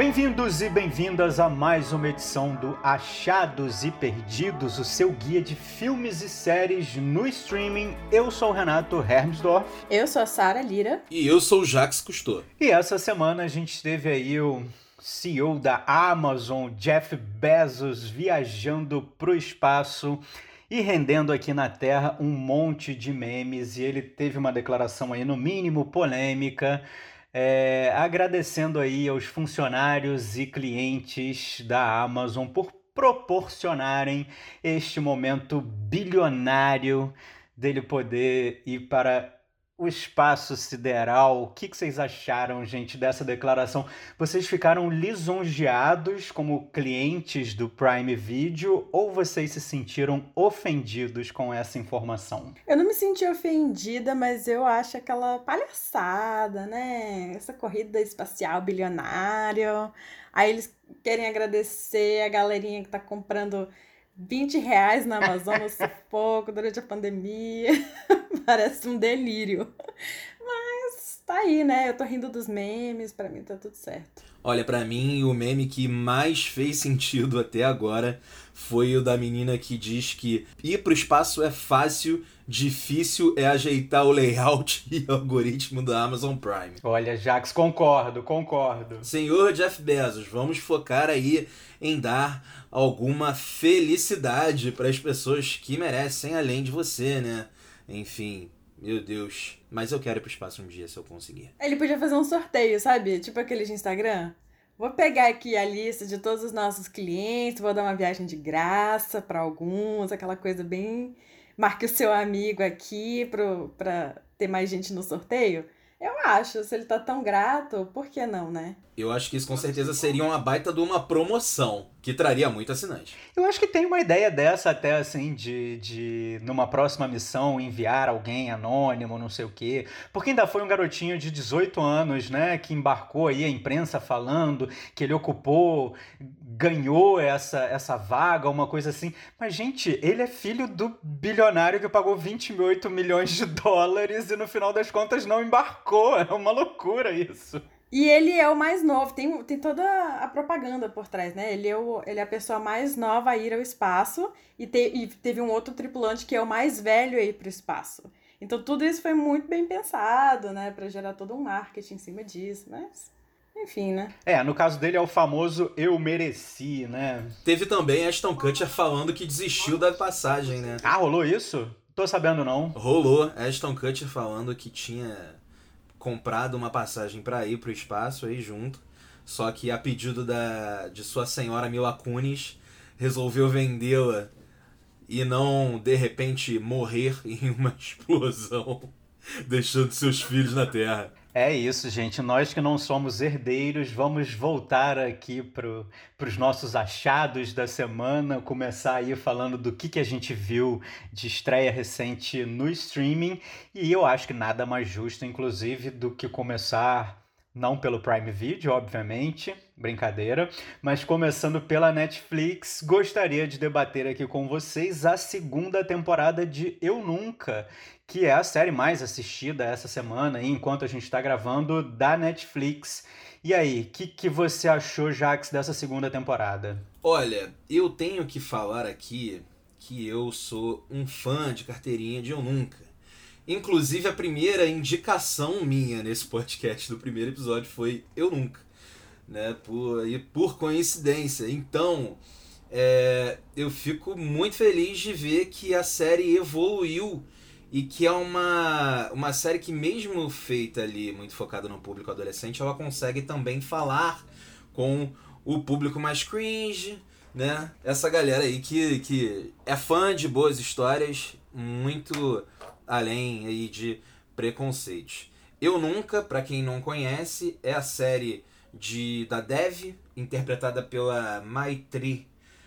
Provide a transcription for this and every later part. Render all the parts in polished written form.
Bem-vindos e bem-vindas a mais uma edição do Achados e Perdidos, o seu guia de filmes e séries no streaming. Eu sou o Renato Hermsdorf. Eu sou a Sara Lira. E eu sou o Jacques Cousteau. E essa semana a gente teve aí o CEO da Amazon, Jeff Bezos, viajando pro espaço e rendendo aqui na Terra um monte de memes. E ele teve uma declaração aí, no mínimo, polêmica, agradecendo aí aos funcionários e clientes da Amazon por proporcionarem este momento bilionário dele poder ir para o espaço sideral. O que vocês acharam, gente, dessa declaração? Vocês ficaram lisonjeados como clientes do Prime Video ou vocês se sentiram ofendidos com essa informação? Eu não me senti ofendida, mas eu acho aquela palhaçada, né? Essa corrida espacial bilionário. Aí eles querem agradecer a galerinha que tá comprando R$20 na Amazon no sufoco durante a pandemia. Parece um delírio. Mas tá aí, né? Eu tô rindo dos memes, pra mim tá tudo certo. Olha, pra mim, o meme que mais fez sentido até agora foi o da menina que diz que ir pro espaço é fácil, difícil é ajeitar o layout e algoritmo da Amazon Prime. Olha, Jacques, concordo. Senhor Jeff Bezos, vamos focar aí em dar alguma felicidade para as pessoas que merecem além de você, né? Enfim, meu Deus. Mas eu quero ir pro espaço um dia, se eu conseguir. Ele podia fazer um sorteio, sabe? Tipo aquele de Instagram. Vou pegar aqui a lista de todos os nossos clientes, vou dar uma viagem de graça para alguns, aquela coisa bem... Marque o seu amigo aqui pra ter mais gente no sorteio. Eu acho, se ele tá tão grato, por que não, né? Eu acho que isso com certeza seria uma baita de uma promoção, que traria muito assinante. Eu acho que tem uma ideia dessa até, assim, de numa próxima missão enviar alguém anônimo, não sei o quê. Porque ainda foi um garotinho de 18 anos, né, que embarcou aí a imprensa falando que ele ganhou essa vaga, uma coisa assim. Mas, gente, ele é filho do bilionário que pagou 28 milhões de dólares e no final das contas não embarcou. É uma loucura isso. E ele é o mais novo, tem toda a propaganda por trás, né? Ele é a pessoa mais nova a ir ao espaço e teve um outro tripulante que é o mais velho a ir para o espaço. Então tudo isso foi muito bem pensado, né? Para gerar todo um marketing em cima disso, mas... Enfim, né? No caso dele é o famoso eu mereci, né? Teve também Ashton Kutcher falando que desistiu da passagem, né? Ah, rolou isso? Tô sabendo não. Rolou. Ashton Kutcher falando que tinha comprado uma passagem para ir pro espaço aí junto, só que a pedido de sua senhora Mila Kunis, resolveu vendê-la e não, de repente, morrer em uma explosão, deixando seus filhos na Terra. É isso, gente. Nós que não somos herdeiros, vamos voltar aqui pros nossos achados da semana, começar aí falando do que a gente viu de estreia recente no streaming. E eu acho que nada mais justo, inclusive, do que começar, não pelo Prime Video, obviamente, brincadeira, mas começando pela Netflix. Gostaria de debater aqui com vocês a segunda temporada de Eu Nunca, que é a série mais assistida essa semana, e enquanto a gente está gravando, da Netflix. E aí, o que você achou, Jacques, dessa segunda temporada? Olha, eu tenho que falar aqui que eu sou um fã de carteirinha de Eu Nunca. Inclusive, a primeira indicação minha nesse podcast do primeiro episódio foi Eu Nunca, né? Por coincidência. Então, eu fico muito feliz de ver que a série evoluiu e que é uma série que, mesmo feita ali muito focada no público adolescente, ela consegue também falar com o público mais cringe, né? Essa galera aí que é fã de boas histórias, muito além aí de preconceitos. Eu Nunca, pra quem não conhece, é a série da Dev, interpretada pela Maitri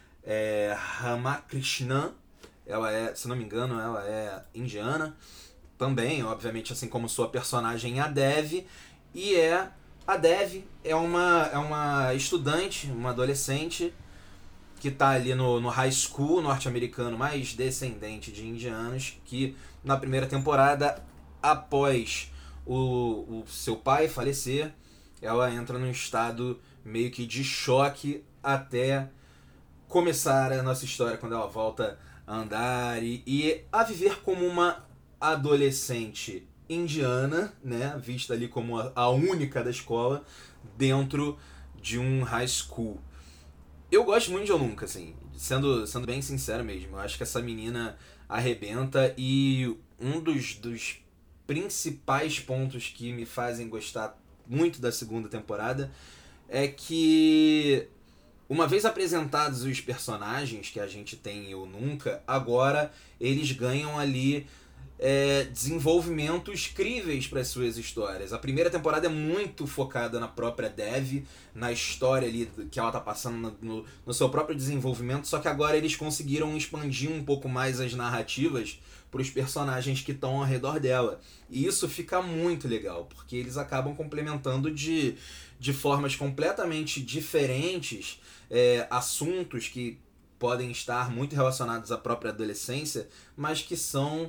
Ramakrishnan. Ela é, se não me engano, ela é indiana. Também, obviamente, assim como sua personagem, a Dev. E a Dev é uma estudante, uma adolescente, que está ali no high school norte-americano, mais descendente de indianos, que na primeira temporada, após o seu pai falecer, ela entra num estado meio que de choque até começar a nossa história quando ela volta a andar e a viver como uma adolescente indiana, né, vista ali como a única da escola dentro de um high school. Eu gosto muito de Eu Nunca, assim, sendo bem sincero mesmo. Eu acho que essa menina arrebenta e um dos principais pontos que me fazem gostar muito da segunda temporada é que, uma vez apresentados os personagens que a gente tem em Eu Nunca, agora eles ganham ali desenvolvimentos críveis para as suas histórias. A primeira temporada é muito focada na própria Dev, na história ali que ela tá passando no seu próprio desenvolvimento, só que agora eles conseguiram expandir um pouco mais as narrativas para os personagens que estão ao redor dela. E isso fica muito legal, porque eles acabam complementando de formas completamente diferentes assuntos que podem estar muito relacionados à própria adolescência, mas que são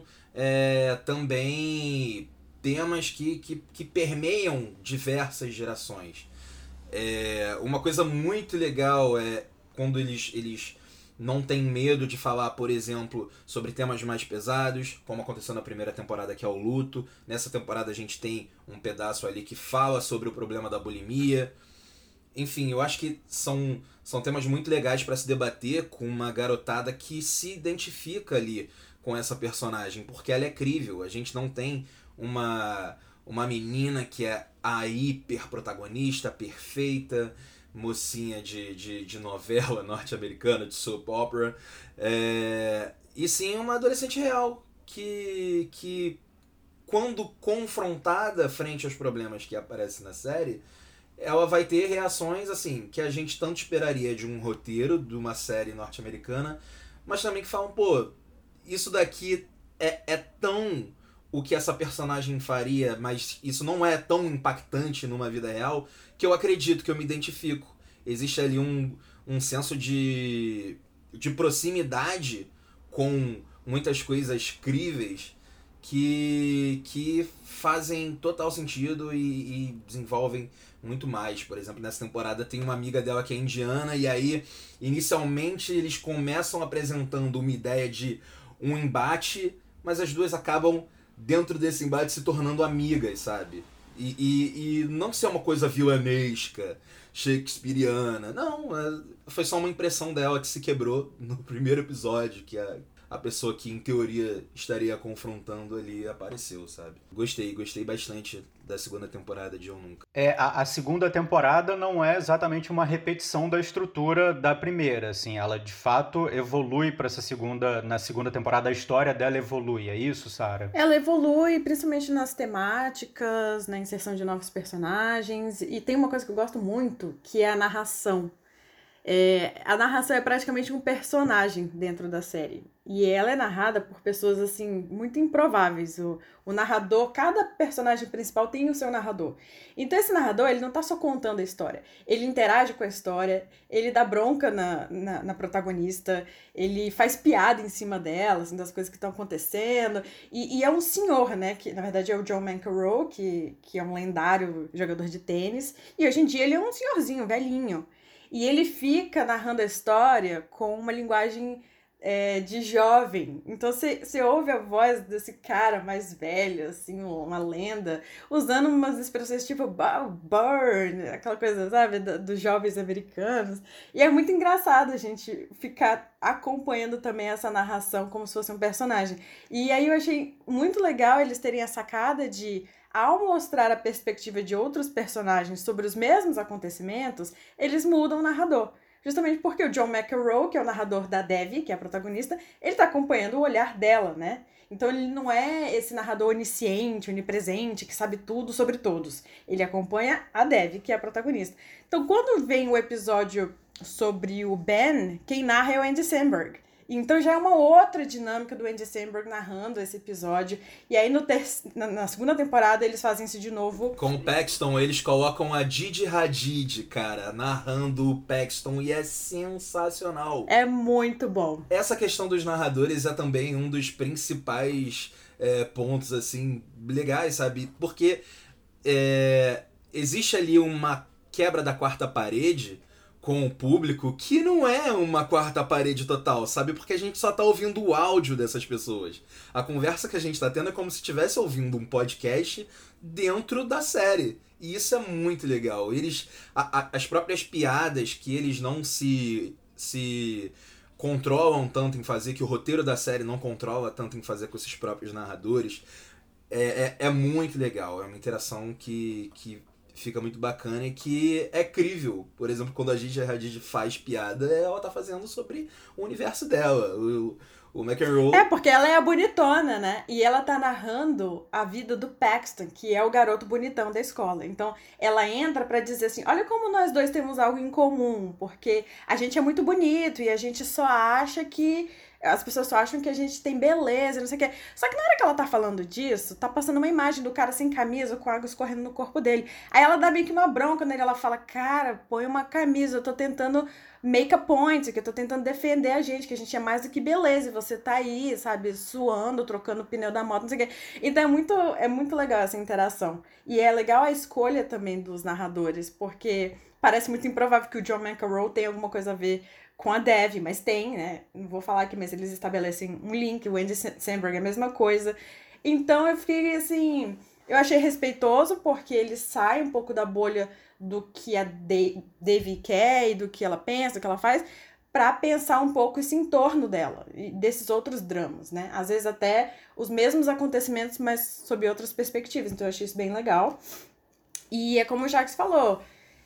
também temas que permeiam diversas gerações. Uma coisa muito legal é quando eles não têm medo de falar, por exemplo, sobre temas mais pesados, como aconteceu na primeira temporada, que é o luto. Nessa temporada a gente tem um pedaço ali que fala sobre o problema da bulimia. Enfim, eu acho que são temas muito legais para se debater com uma garotada que se identifica ali com essa personagem, porque ela é crível. A gente não tem uma menina que é a hiper protagonista, perfeita, mocinha de novela norte-americana, de soap opera, e sim uma adolescente real que quando confrontada frente aos problemas que aparecem na série, ela vai ter reações assim que a gente tanto esperaria de um roteiro de uma série norte-americana, mas também que falam, pô, isso daqui é tão o que essa personagem faria, mas isso não é tão impactante numa vida real, que eu acredito, que eu me identifico. Existe ali um senso de proximidade com muitas coisas críveis que fazem total sentido e desenvolvem muito mais. Por exemplo, nessa temporada tem uma amiga dela que é indiana, e aí inicialmente eles começam apresentando uma ideia de um embate, mas as duas acabam dentro desse embate se tornando amigas, sabe? E não ser uma coisa vilanesca, shakespeariana. Não, foi só uma impressão dela que se quebrou no primeiro episódio, que a pessoa que em teoria estaria confrontando ali apareceu, sabe? Gostei bastante da segunda temporada de Eu Nunca. A segunda temporada não é exatamente uma repetição da estrutura da primeira, assim, ela de fato evolui para essa segunda, na segunda temporada a história dela evolui, é isso, Sarah? Ela evolui principalmente nas temáticas, na inserção de novos personagens, e tem uma coisa que eu gosto muito, que é a narração. A narração é praticamente um personagem dentro da série. E ela é narrada por pessoas, assim, muito improváveis. O narrador, cada personagem principal tem o seu narrador. Então esse narrador, ele não tá só contando a história. Ele interage com a história, ele dá bronca na protagonista, ele faz piada em cima dela, assim, das coisas que estão acontecendo. E é um senhor, né, que na verdade é o John McEnroe, que é um lendário jogador de tênis. E hoje em dia ele é um senhorzinho, velhinho. E ele fica narrando a história com uma linguagem de jovem. Então você ouve a voz desse cara mais velho, assim, uma lenda, usando umas expressões tipo burn, aquela coisa, sabe, dos jovens americanos. E é muito engraçado a gente ficar acompanhando também essa narração como se fosse um personagem. E aí eu achei muito legal eles terem a sacada de, ao mostrar a perspectiva de outros personagens sobre os mesmos acontecimentos, eles mudam o narrador. Justamente porque o John McEnroe, que é o narrador da Dev, que é a protagonista, ele tá acompanhando o olhar dela, né? Então ele não é esse narrador onisciente, onipresente, que sabe tudo sobre todos. Ele acompanha a Dev, que é a protagonista. Então quando vem o episódio sobre o Ben, quem narra é o Andy Samberg. Então já é uma outra dinâmica do Andy Samberg narrando esse episódio. E aí na segunda temporada eles fazem isso de novo. Com o Paxton, eles colocam a Gigi Hadid, cara, narrando o Paxton, e é sensacional. É muito bom. Essa questão dos narradores é também um dos principais pontos, assim, legais, sabe? Porque existe ali uma quebra da quarta parede com o público, que não é uma quarta parede total, sabe? Porque a gente só tá ouvindo o áudio dessas pessoas. A conversa que a gente tá tendo é como se estivesse ouvindo um podcast dentro da série. E isso é muito legal. As próprias piadas que eles não se controlam tanto em fazer, que o roteiro da série não controla tanto em fazer com esses próprios narradores, é muito legal. É uma interação que fica muito bacana e que é crível. Por exemplo, quando a Gigi Hadid faz piada, ela tá fazendo sobre o universo dela. O McEnroe... porque ela é a bonitona, né? E ela tá narrando a vida do Paxton, que é o garoto bonitão da escola. Então, ela entra pra dizer assim, olha como nós dois temos algo em comum, porque a gente é muito bonito e a gente só acha que... As pessoas só acham que a gente tem beleza, não sei o quê. Só que na hora que ela tá falando disso, tá passando uma imagem do cara sem camisa, com água escorrendo no corpo dele. Aí ela dá meio que uma bronca nele, ela fala, cara, põe uma camisa, eu tô tentando make a point, que eu tô tentando defender a gente, que a gente é mais do que beleza, e você tá aí, sabe, suando, trocando o pneu da moto, não sei o quê. Então é muito legal essa interação. E é legal a escolha também dos narradores, porque parece muito improvável que o John McEnroe tenha alguma coisa a ver com a Dev, mas tem, né? Não vou falar aqui, mas eles estabelecem um link, o Andy Samberg é a mesma coisa. Então eu fiquei assim... Eu achei respeitoso, porque ele sai um pouco da bolha do que a Devi quer e do que ela pensa, do que ela faz, pra pensar um pouco esse entorno dela, e desses outros dramas, né? Às vezes até os mesmos acontecimentos, mas sob outras perspectivas. Então eu achei isso bem legal. E é como o Jacques falou...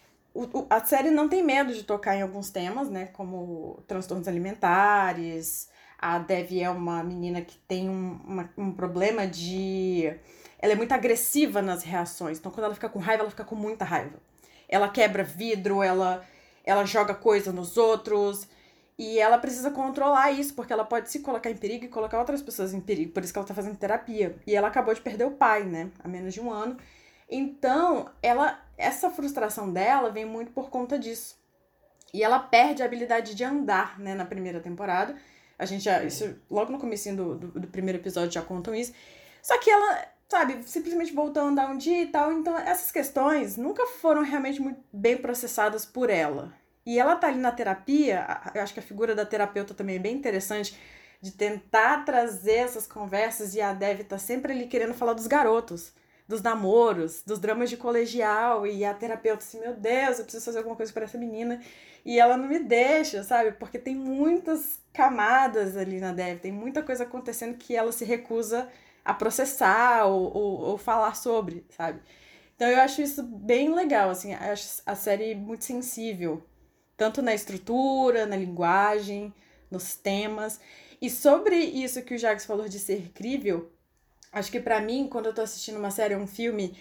A série não tem medo de tocar em alguns temas, né, como transtornos alimentares. A Devi é uma menina que tem um problema de... Ela é muito agressiva nas reações, então quando ela fica com raiva, ela fica com muita raiva. Ela quebra vidro, ela joga coisa nos outros, e ela precisa controlar isso, porque ela pode se colocar em perigo e colocar outras pessoas em perigo, por isso que ela tá fazendo terapia. E ela acabou de perder o pai, né, há menos de um ano. Então, essa frustração dela vem muito por conta disso. E ela perde a habilidade de andar, né, na primeira temporada. Isso logo no comecinho do primeiro episódio já contam isso. Só que ela, sabe, simplesmente voltou a andar um dia e tal. Então, essas questões nunca foram realmente muito bem processadas por ela. E ela tá ali na terapia, eu acho que a figura da terapeuta também é bem interessante, de tentar trazer essas conversas, e a Dev tá sempre ali querendo falar dos garotos, dos namoros, dos dramas de colegial, e a terapeuta assim, meu Deus, eu preciso fazer alguma coisa para essa menina, e ela não me deixa, sabe, porque tem muitas camadas ali na Dev, tem muita coisa acontecendo que ela se recusa a processar ou falar sobre, sabe. Então eu acho isso bem legal, assim, eu acho a série muito sensível, tanto na estrutura, na linguagem, nos temas, e sobre isso que o Jacques falou de ser crível, acho que pra mim, quando eu tô assistindo uma série ou um filme,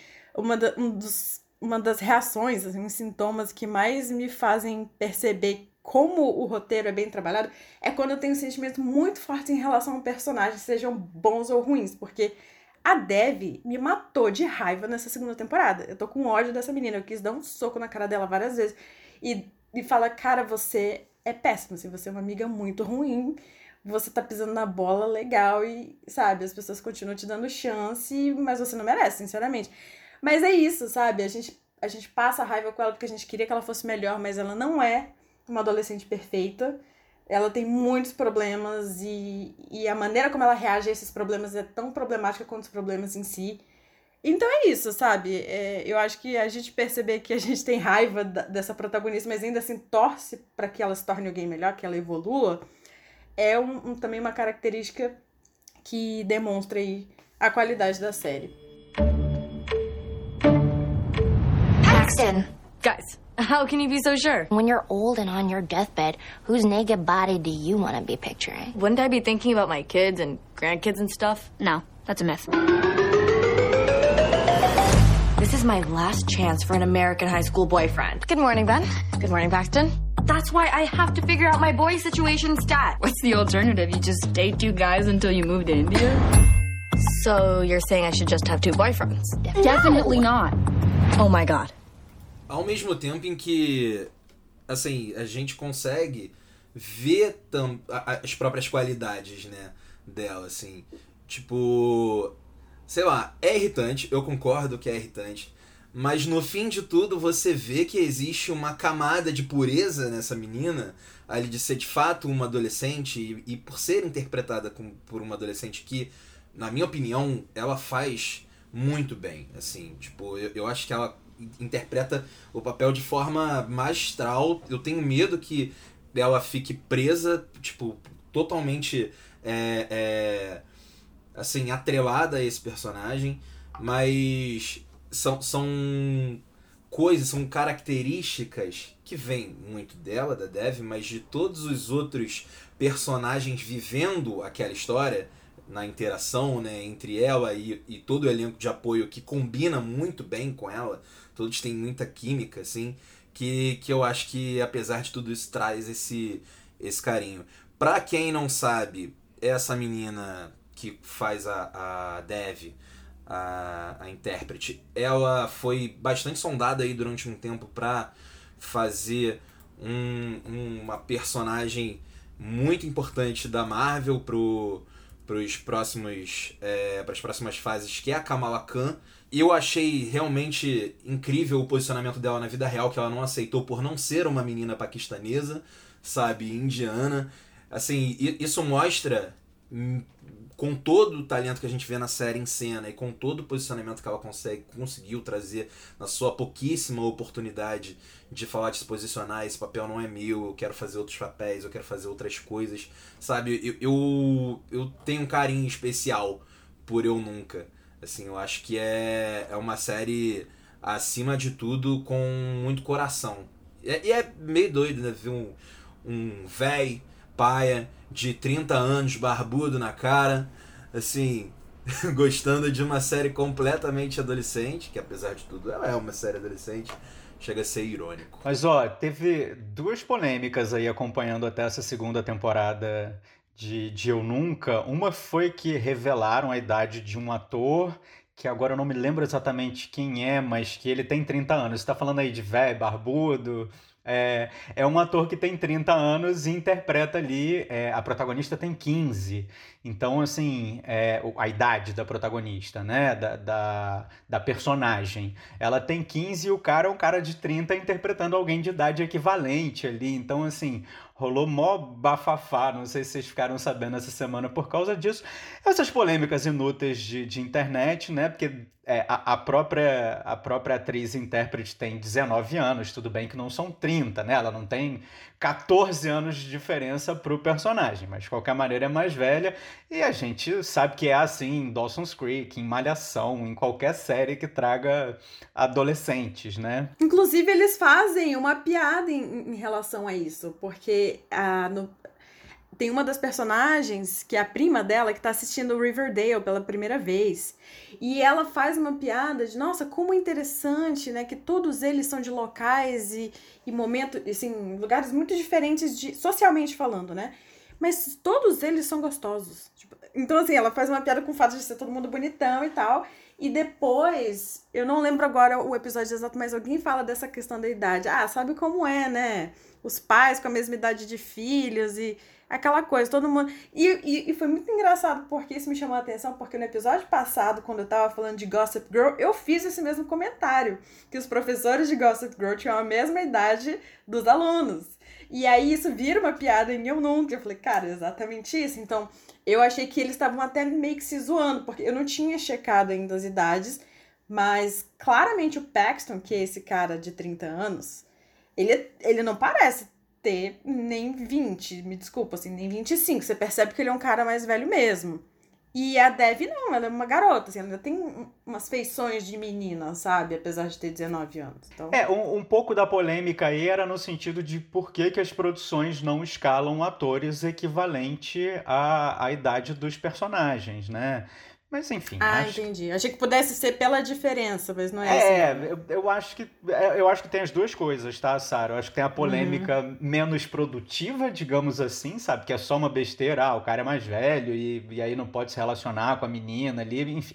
uma das reações, assim, os sintomas que mais me fazem perceber como o roteiro é bem trabalhado, é quando eu tenho sentimentos muito fortes em relação ao personagem, sejam bons ou ruins, porque a Dev me matou de raiva nessa segunda temporada. Eu tô com ódio dessa menina, eu quis dar um soco na cara dela várias vezes, e fala, cara, você é péssima, assim, você é uma amiga muito ruim, você tá pisando na bola legal e, sabe, as pessoas continuam te dando chance, mas você não merece, sinceramente. Mas é isso, sabe, a gente passa a raiva com ela porque a gente queria que ela fosse melhor, mas ela não é uma adolescente perfeita, ela tem muitos problemas e a maneira como ela reage a esses problemas é tão problemática quanto os problemas em si. Então é isso, sabe, eu acho que a gente perceber que a gente tem raiva dessa protagonista, mas ainda assim torce pra que ela se torne alguém melhor, que ela evolua, é também uma característica que demonstra aí a qualidade da série. Paxton! Guys, how can you be so sure? When you're old and on your deathbed, whose naked body do you want to be picturing? Wouldn't I be thinking about my kids and grandkids and stuff? No, that's a myth. This is my last chance for an American high school boyfriend. Good morning, Ben. Good morning, Paxton. That's why I have to figure out my boy situation stat. What's the alternative? You just date two guys until you move to India? So you're saying I should just have two boyfriends? Definitely not. Oh my God. Ao mesmo tempo em que, assim, a gente consegue ver as próprias qualidades, né, dela, assim. Tipo, sei lá, é irritante, eu concordo que é irritante, Mas no fim de tudo você vê que existe uma camada de pureza nessa menina, ali de ser de fato uma adolescente, e por ser interpretada por uma adolescente que, na minha opinião, ela faz muito bem. Assim, tipo, eu acho que ela interpreta o papel de forma magistral. Eu tenho medo que ela fique presa, tipo, totalmente assim, atrelada a esse personagem, mas são coisas, são características que vêm muito dela, da Dev, mas de todos os outros personagens vivendo aquela história, na interação, né, entre ela e todo o elenco de apoio, que combina muito bem com ela, todos têm muita química, assim, que eu acho que, apesar de tudo isso, traz esse carinho. Pra quem não sabe, essa menina que faz a Dev, a intérprete, ela foi bastante sondada aí durante um tempo pra fazer uma personagem muito importante da Marvel para as próximas fases, que é a Kamala Khan. E eu achei realmente incrível o posicionamento dela na vida real, que ela não aceitou por não ser uma menina paquistanesa, sabe, indiana. Assim, isso mostra, com todo o talento que a gente vê na série em cena e com todo o posicionamento que ela conseguiu trazer na sua pouquíssima oportunidade de falar, de se posicionar, esse papel não é meu, eu quero fazer outros papéis, eu quero fazer outras coisas, sabe? Eu tenho um carinho especial por Eu Nunca. Assim, eu acho que é uma série, acima de tudo, com muito coração. E é meio doido, né? Ver um véi, paia, de 30 anos, barbudo na cara, assim, gostando de uma série completamente adolescente, que apesar de tudo ela é uma série adolescente, chega a ser irônico. Mas ó, teve duas polêmicas aí acompanhando até essa segunda temporada de Eu Nunca. Uma foi que revelaram a idade de um ator, que agora eu não me lembro exatamente quem é, mas que ele tem 30 anos. Você tá falando aí de velho, barbudo. É um ator que tem 30 anos e interpreta ali, a protagonista tem 15. Então, assim, a idade da protagonista, né, da personagem. Ela tem 15 e o cara é um cara de 30 interpretando alguém de idade equivalente ali. Então, assim, rolou mó bafafá, não sei se vocês ficaram sabendo essa semana por causa disso. Essas polêmicas inúteis de internet, né, porque a própria atriz intérprete tem 19 anos, tudo bem que não são 30, né? Ela não tem 14 anos de diferença pro personagem, mas de qualquer maneira é mais velha, e a gente sabe que é assim em Dawson's Creek, em Malhação, em qualquer série que traga adolescentes, né? Inclusive, eles fazem uma piada em relação a isso, porque tem uma das personagens, que é a prima dela, que tá assistindo Riverdale pela primeira vez. E ela faz uma piada de, nossa, como interessante, né? Que todos eles são de locais e momentos, assim, lugares muito diferentes, socialmente falando, né? Mas todos eles são gostosos. Tipo, então, assim, ela faz uma piada com o fato de ser todo mundo bonitão e tal. E depois, eu não lembro agora o episódio exato, mas alguém fala dessa questão da idade. Ah, sabe como é, né? Os pais com a mesma idade de filhos e aquela coisa, todo mundo... E foi muito engraçado, porque isso me chamou a atenção, porque no episódio passado, quando eu tava falando de Gossip Girl, eu fiz esse mesmo comentário, que os professores de Gossip Girl tinham a mesma idade dos alunos. E aí isso vira uma piada em Eu Nunca. Eu falei, cara, é exatamente isso. Então, eu achei que eles estavam até meio que se zoando, porque eu não tinha checado ainda as idades, mas claramente o Paxton, que é esse cara de 30 anos, ele não parece ter nem 20, me desculpa, assim, nem 25. Você percebe que ele é um cara mais velho mesmo. E a Dev não, ela é uma garota, assim, ela ainda tem umas feições de menina, sabe? Apesar de ter 19 anos. Então... Um pouco da polêmica aí era no sentido de por que as produções não escalam atores equivalente à idade dos personagens, né? Mas enfim. Entendi. Achei que pudesse ser pela diferença, mas não é assim. Eu acho que tem as duas coisas, tá, Sarah? Eu acho que tem a polêmica menos produtiva, digamos assim, sabe? Que é só uma besteira, o cara é mais velho e aí não pode se relacionar com a menina ali, enfim,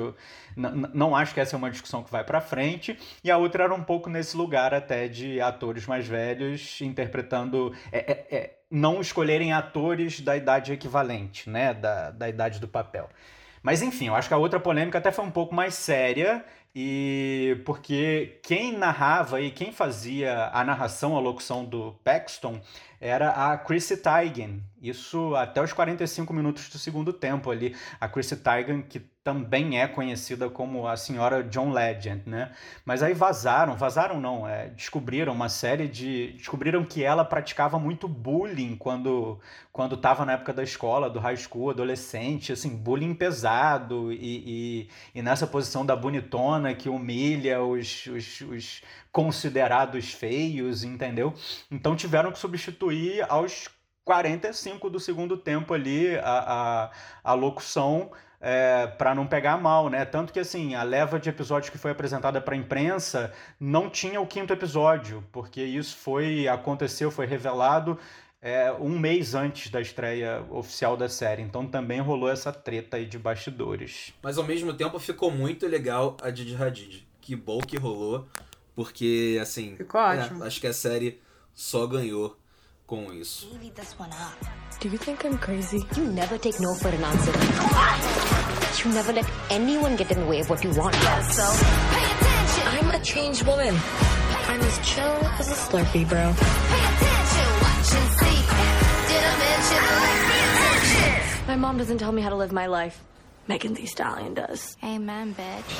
não acho que essa é uma discussão que vai pra frente. E a outra era um pouco nesse lugar até de atores mais velhos interpretando... não escolherem atores da idade equivalente, né? Da idade do papel. Mas enfim, eu acho que a outra polêmica até foi um pouco mais séria, e porque quem narrava e quem fazia a narração, a locução do Paxton, era a Chrissy Teigen. Isso até os 45 minutos do segundo tempo ali. A Chrissy Teigen, que também é conhecida como a senhora John Legend, né? Mas aí vazaram não, descobriram que ela praticava muito bullying quando estava na época da escola, do high school, adolescente, assim, bullying pesado e nessa posição da bonitona que humilha os considerados feios, entendeu? Então tiveram que substituir aos 45 do segundo tempo ali a locução, para não pegar mal, né? Tanto que, assim, a leva de episódios que foi apresentada para a imprensa não tinha o 5º episódio, porque isso foi revelado um mês antes da estreia oficial da série. Então também rolou essa treta aí de bastidores. Mas ao mesmo tempo ficou muito legal a Gigi Hadid. Que bom que rolou, porque, assim, ficou ótimo. Acho que a série só ganhou com isso. Do you think I'm crazy? You never take no for an answer. You never let anyone get in the way of what you want. So, pay attention. I'm a changed woman. I'm as chill as a Slurpee, bro. Pay attention. Watch and see. Did I mention the attention? My mom doesn't tell me how to live my life. Megan Thee Stallion does. Amen, bitch.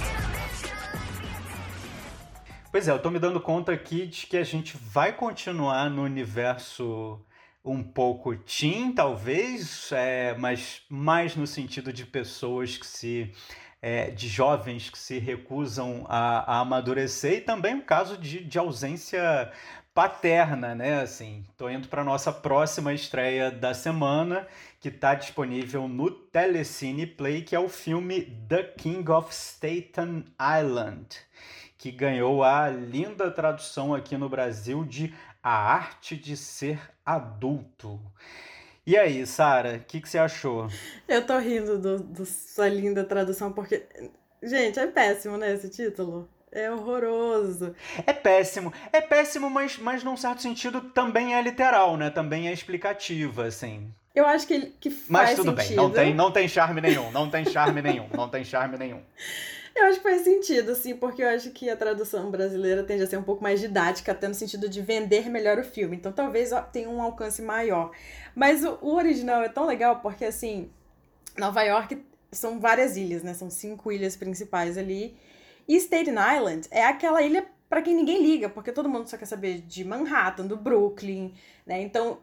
Pois é, eu tô me dando conta aqui de que a gente vai continuar no universo um pouco teen, talvez, mas mais no sentido de pessoas de jovens que se recusam a amadurecer, e também um caso de ausência paterna, né? Assim, tô indo para nossa próxima estreia da semana, que está disponível no Telecine Play, que é o filme The King of Staten Island, que ganhou a linda tradução aqui no Brasil de A Arte de Ser Adulto. E aí, Sara, o que você achou? Eu tô rindo da sua linda tradução, porque, gente, é péssimo, né, esse título? É horroroso. É péssimo, mas num certo sentido também é literal, né? Também é explicativa, assim. Eu acho que faz mas tudo sentido. bem, não tem charme nenhum. Eu acho que faz sentido, assim, porque eu acho que a tradução brasileira tende a ser um pouco mais didática, até no sentido de vender melhor o filme. Então, talvez tenha um alcance maior. Mas o original é tão legal porque, assim, Nova York são várias ilhas, né? São 5 ilhas principais ali. E Staten Island é aquela ilha pra quem ninguém liga, porque todo mundo só quer saber de Manhattan, do Brooklyn, né? Então,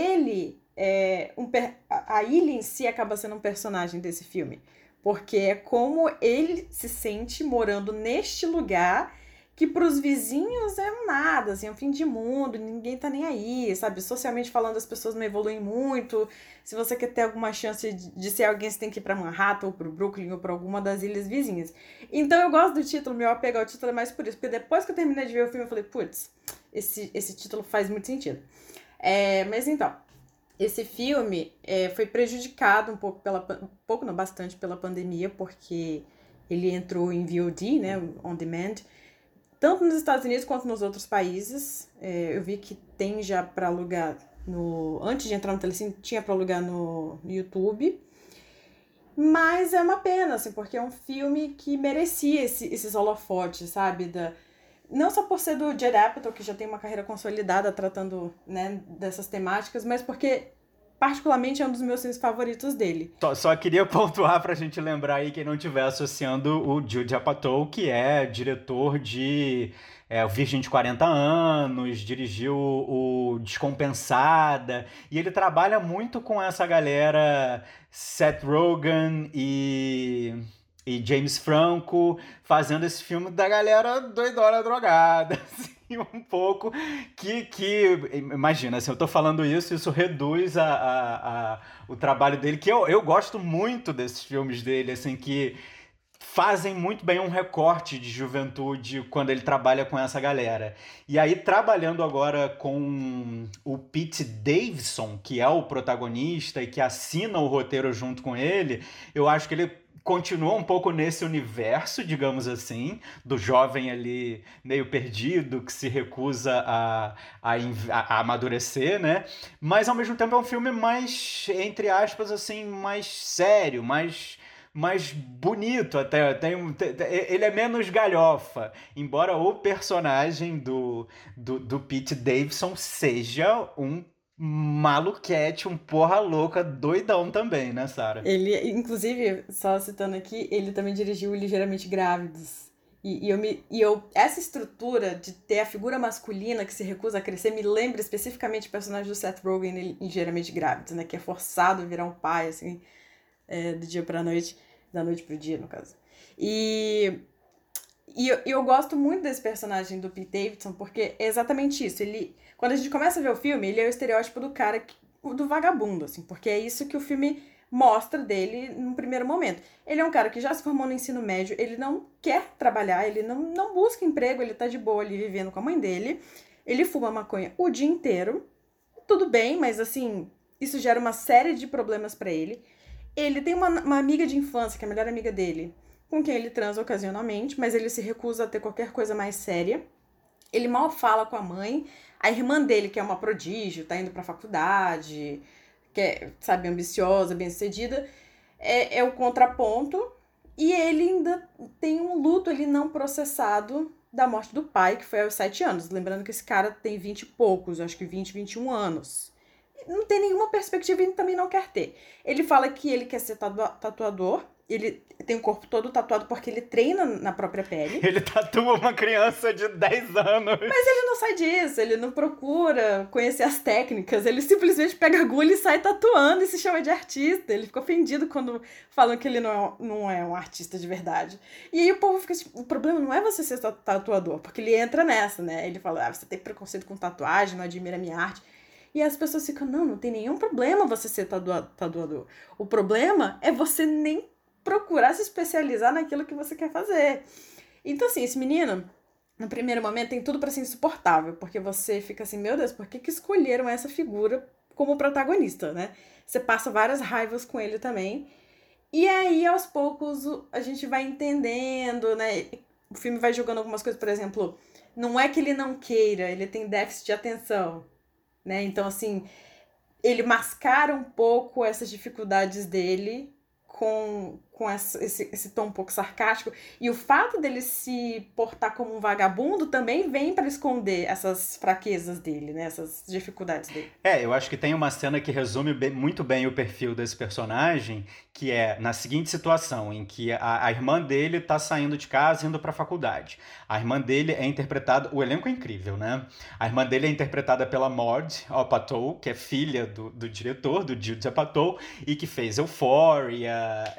a ilha em si acaba sendo um personagem desse filme. Porque é como ele se sente morando neste lugar que pros vizinhos é um nada, assim, é um fim de mundo, ninguém tá nem aí, sabe? Socialmente falando, as pessoas não evoluem muito. Se você quer ter alguma chance de ser alguém, você tem que ir pra Manhattan, ou pro Brooklyn, ou pra alguma das ilhas vizinhas. Então eu gosto do título, meu apego ao título é mais por isso. Porque depois que eu terminei de ver o filme, eu falei, putz, esse título faz muito sentido. Mas então... Esse filme foi prejudicado bastante pela pandemia, porque ele entrou em VOD, né, on demand, tanto nos Estados Unidos quanto nos outros países. Eu vi que tem já para alugar antes de entrar no Telecine, tinha para alugar no YouTube. Mas é uma pena, assim, porque é um filme que merecia esses holofotes, sabe, não só por ser do Judd Apatow, que já tem uma carreira consolidada tratando, né, dessas temáticas, mas porque, particularmente, é um dos meus filmes favoritos dele. Só queria pontuar pra gente lembrar aí, quem não estiver associando, o Judd Apatow, que é diretor de o Virgem de 40 Anos, dirigiu o Descompensada, e ele trabalha muito com essa galera, Seth Rogen e James Franco, fazendo esse filme da galera doidora, drogada, assim, um pouco, que imagina, assim, eu tô falando isso reduz o trabalho dele, que eu gosto muito desses filmes dele, assim, que fazem muito bem um recorte de juventude quando ele trabalha com essa galera. E aí, trabalhando agora com o Pete Davidson, que é o protagonista e que assina o roteiro junto com ele, eu acho que ele continua um pouco nesse universo, digamos assim, do jovem ali meio perdido, que se recusa a amadurecer, né? Mas, ao mesmo tempo, é um filme mais, entre aspas, assim, mais sério, mais mais bonito até. Ele é menos galhofa. Embora o personagem do Pete Davidson seja um maluquete, um porra louca, doidão também, né, Sarah? Ele, inclusive, só citando aqui, ele também dirigiu Ligeiramente Grávidos. Essa estrutura de ter a figura masculina que se recusa a crescer me lembra especificamente o personagem do Seth Rogen em Ligeiramente Grávidos, né? Que é forçado a virar um pai, assim, do dia pra noite, da noite pro dia, no caso. E eu gosto muito desse personagem do Pete Davidson, porque é exatamente isso. Quando a gente começa a ver o filme, ele é o estereótipo do cara, do vagabundo, assim, porque é isso que o filme mostra dele no primeiro momento. Ele é um cara que já se formou no ensino médio, ele não quer trabalhar, ele não busca emprego, ele tá de boa ali vivendo com a mãe dele, ele fuma maconha o dia inteiro, tudo bem, mas assim, isso gera uma série de problemas pra ele. Ele tem uma amiga de infância, que é a melhor amiga dele, com quem ele transa ocasionalmente, mas ele se recusa a ter qualquer coisa mais séria. Ele mal fala com a mãe. A irmã dele, que é uma prodígio, tá indo pra faculdade, que é, sabe, ambiciosa, bem-sucedida, é o contraponto. E ele ainda tem um luto ali não processado da morte do pai, que foi aos 7 anos. Lembrando que esse cara tem 20 e poucos, acho que 20, 21 anos. Não tem nenhuma perspectiva e ele também não quer ter. Ele fala que ele quer ser tatuador. Ele tem o corpo todo tatuado porque ele treina na própria pele. Ele tatua uma criança de 10 anos. Mas ele não sai disso, ele não procura conhecer as técnicas, ele simplesmente pega a agulha e sai tatuando e se chama de artista. Ele fica ofendido quando falam que ele não é um artista de verdade. E aí o povo fica tipo, o problema não é você ser tatuador, porque ele entra nessa, né? Ele fala, você tem preconceito com tatuagem, não admira a minha arte. E as pessoas ficam, não tem nenhum problema você ser tatuador. O problema é você nem procurar se especializar naquilo que você quer fazer. Então, assim, esse menino, no primeiro momento, tem tudo pra ser insuportável, porque você fica assim, meu Deus, por que escolheram essa figura como protagonista, né? Você passa várias raivas com ele também. E aí, aos poucos, a gente vai entendendo, né? O filme vai jogando algumas coisas, por exemplo, não é que ele não queira, ele tem déficit de atenção, né? Então, assim, ele mascara um pouco essas dificuldades dele com esse tom um pouco sarcástico. E o fato dele se portar como um vagabundo também vem para esconder essas fraquezas dele, né? Essas dificuldades dele. Eu acho que tem uma cena que resume muito bem o perfil desse personagem, que é na seguinte situação, em que a irmã dele tá saindo de casa e indo pra faculdade. A irmã dele é interpretada... O elenco é incrível, né? A irmã dele é interpretada pela Maud Apatow, que é filha do diretor, do Judd Apatow, e que fez Euphoria,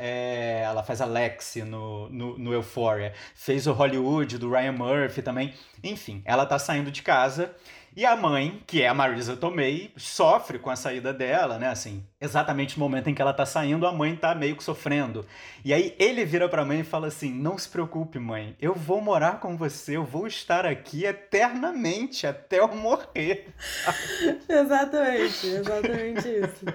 ela faz a Lexi no Euphoria, fez o Hollywood do Ryan Murphy também. Enfim, ela tá saindo de casa e a mãe, que é a Marisa Tomei, sofre com a saída dela, né? Assim, exatamente no momento em que ela tá saindo, a mãe tá meio que sofrendo. E aí ele vira pra mãe e fala assim, não se preocupe, mãe, eu vou morar com você, eu vou estar aqui eternamente, até eu morrer. Exatamente isso.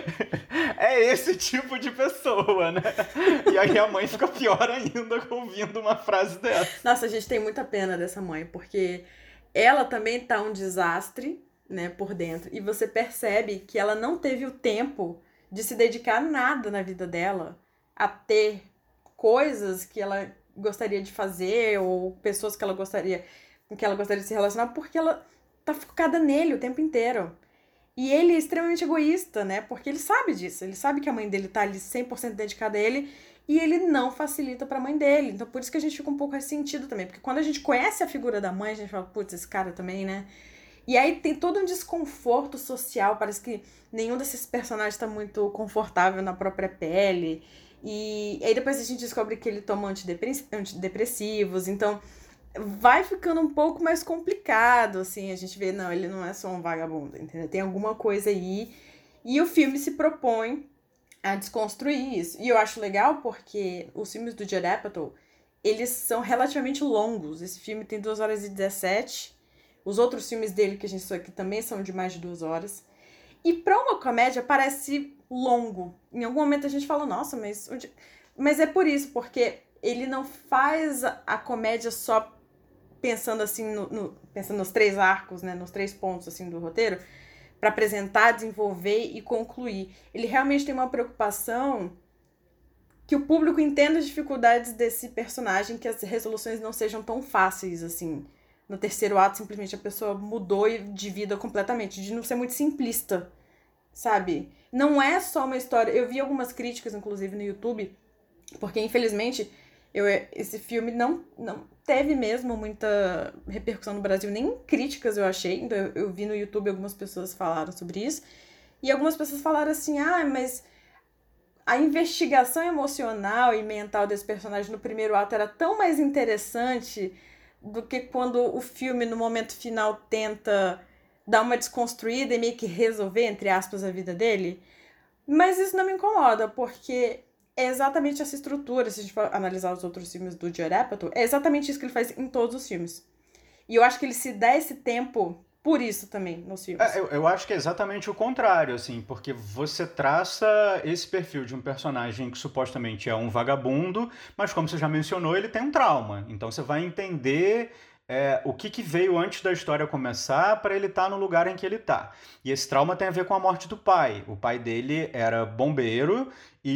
É esse tipo de pessoa, né? E aí a mãe fica pior ainda ouvindo uma frase dessa. Nossa, a gente tem muita pena dessa mãe, porque ela também tá um desastre, né, por dentro. E você percebe que ela não teve o tempo de se dedicar a nada na vida dela, a ter coisas que ela gostaria de fazer ou pessoas com que ela gostaria de se relacionar, porque ela tá focada nele o tempo inteiro. E ele é extremamente egoísta, né? Porque ele sabe disso. Ele sabe que a mãe dele tá ali 100% dedicada a ele e ele não facilita pra mãe dele. Então, por isso que a gente fica um pouco ressentido também. Porque quando a gente conhece a figura da mãe, a gente fala, putz, esse cara também, né? E aí tem todo um desconforto social. Parece que nenhum desses personagens tá muito confortável na própria pele. E aí depois a gente descobre que ele toma antidepressivos. Então, vai ficando um pouco mais complicado, assim, a gente vê, não, ele não é só um vagabundo, entendeu? Tem alguma coisa aí, e o filme se propõe a desconstruir isso. E eu acho legal porque os filmes do Judd Apatow, eles são relativamente longos. Esse filme tem 2 horas e 17, os outros filmes dele que a gente viu aqui também são de mais de 2 horas. E pra uma comédia parece longo. Em algum momento a gente fala, nossa, mas é por isso, porque ele não faz a comédia só pensando assim pensando nos 3 arcos, né, nos 3 pontos assim do roteiro, para apresentar, desenvolver e concluir. Ele realmente tem uma preocupação que o público entenda as dificuldades desse personagem, que as resoluções não sejam tão fáceis, assim. No terceiro ato, simplesmente a pessoa mudou de vida completamente, de não ser muito simplista, sabe? Não é só uma história... Eu vi algumas críticas, inclusive, no YouTube, porque, infelizmente, esse filme não teve mesmo muita repercussão no Brasil, nem críticas eu achei. Então, eu vi no YouTube algumas pessoas falaram sobre isso, e algumas pessoas falaram assim, mas a investigação emocional e mental desse personagem no primeiro ato era tão mais interessante do que quando o filme, no momento final, tenta dar uma desconstruída e meio que resolver, entre aspas, a vida dele. Mas isso não me incomoda, porque é exatamente essa estrutura, se a gente for analisar os outros filmes do Judd Apatow, é exatamente isso que ele faz em todos os filmes. E eu acho que ele se dá esse tempo por isso também nos filmes. Eu acho que é exatamente o contrário, assim, porque você traça esse perfil de um personagem que supostamente é um vagabundo, mas como você já mencionou, ele tem um trauma. Então você vai entender o que veio antes da história começar para ele estar no lugar em que ele está. E esse trauma tem a ver com a morte do pai. O pai dele era bombeiro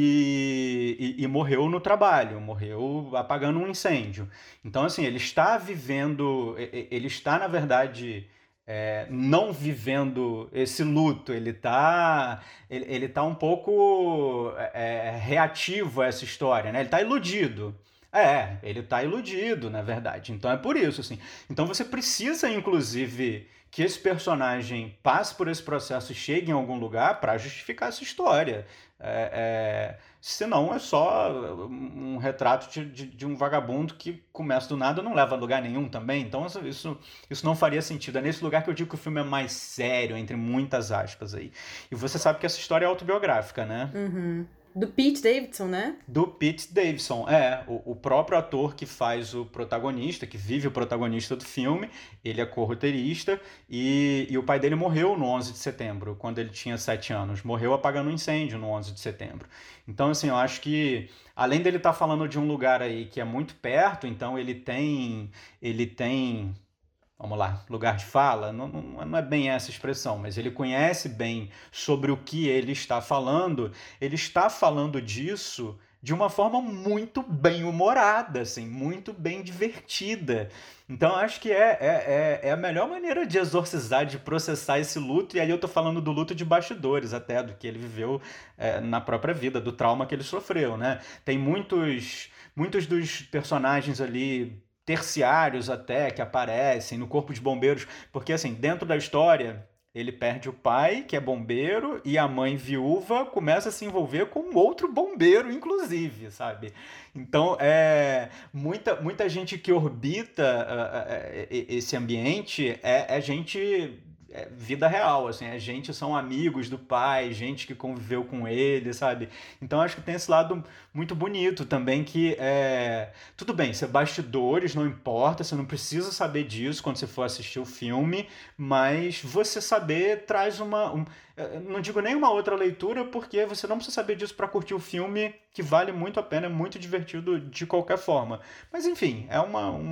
e morreu no trabalho, morreu apagando um incêndio. Então, assim, ele está vivendo, ele está, na verdade... não vivendo esse luto, ele tá um pouco reativo a essa história, né? Ele tá iludido. Ele tá iludido, na verdade. Então é por isso, assim. Então você precisa, inclusive, que esse personagem passe por esse processo e chegue em algum lugar para justificar essa história. Senão é só um retrato de um vagabundo que começa do nada e não leva a lugar nenhum também. Então isso não faria sentido. É nesse lugar que eu digo que o filme é mais sério, entre muitas aspas aí. E você sabe que essa história é autobiográfica, né? Uhum. Do Pete Davidson, né? Do Pete Davidson, o próprio ator que faz o protagonista, que vive o protagonista do filme, ele é co-roteirista, e o pai dele morreu no 11 de setembro, quando ele tinha 7 anos, morreu apagando um incêndio no 11 de setembro. Então, assim, eu acho que, além dele estar falando de um lugar aí que é muito perto, então ele tem vamos lá, lugar de fala, não é bem essa expressão, mas ele conhece bem sobre o que ele está falando disso de uma forma muito bem humorada, assim, muito bem divertida. Então, acho que é a melhor maneira de exorcizar, de processar esse luto, e aí eu tô falando do luto de bastidores até, do que ele viveu na própria vida, do trauma que ele sofreu, né? Tem muitos dos personagens ali terciários até que aparecem no Corpo de Bombeiros, porque assim, dentro da história, ele perde o pai, que é bombeiro, e a mãe viúva começa a se envolver com outro bombeiro, inclusive, sabe? Então, muita gente que orbita esse ambiente é gente... vida real, assim, são amigos do pai, gente que conviveu com ele, sabe? Então acho que tem esse lado muito bonito também, que tudo bem, ser bastidores, não importa, você não precisa saber disso quando você for assistir o filme, mas você saber traz não digo nem uma outra leitura, porque você não precisa saber disso para curtir o filme, que vale muito a pena, é muito divertido de qualquer forma. Mas enfim, é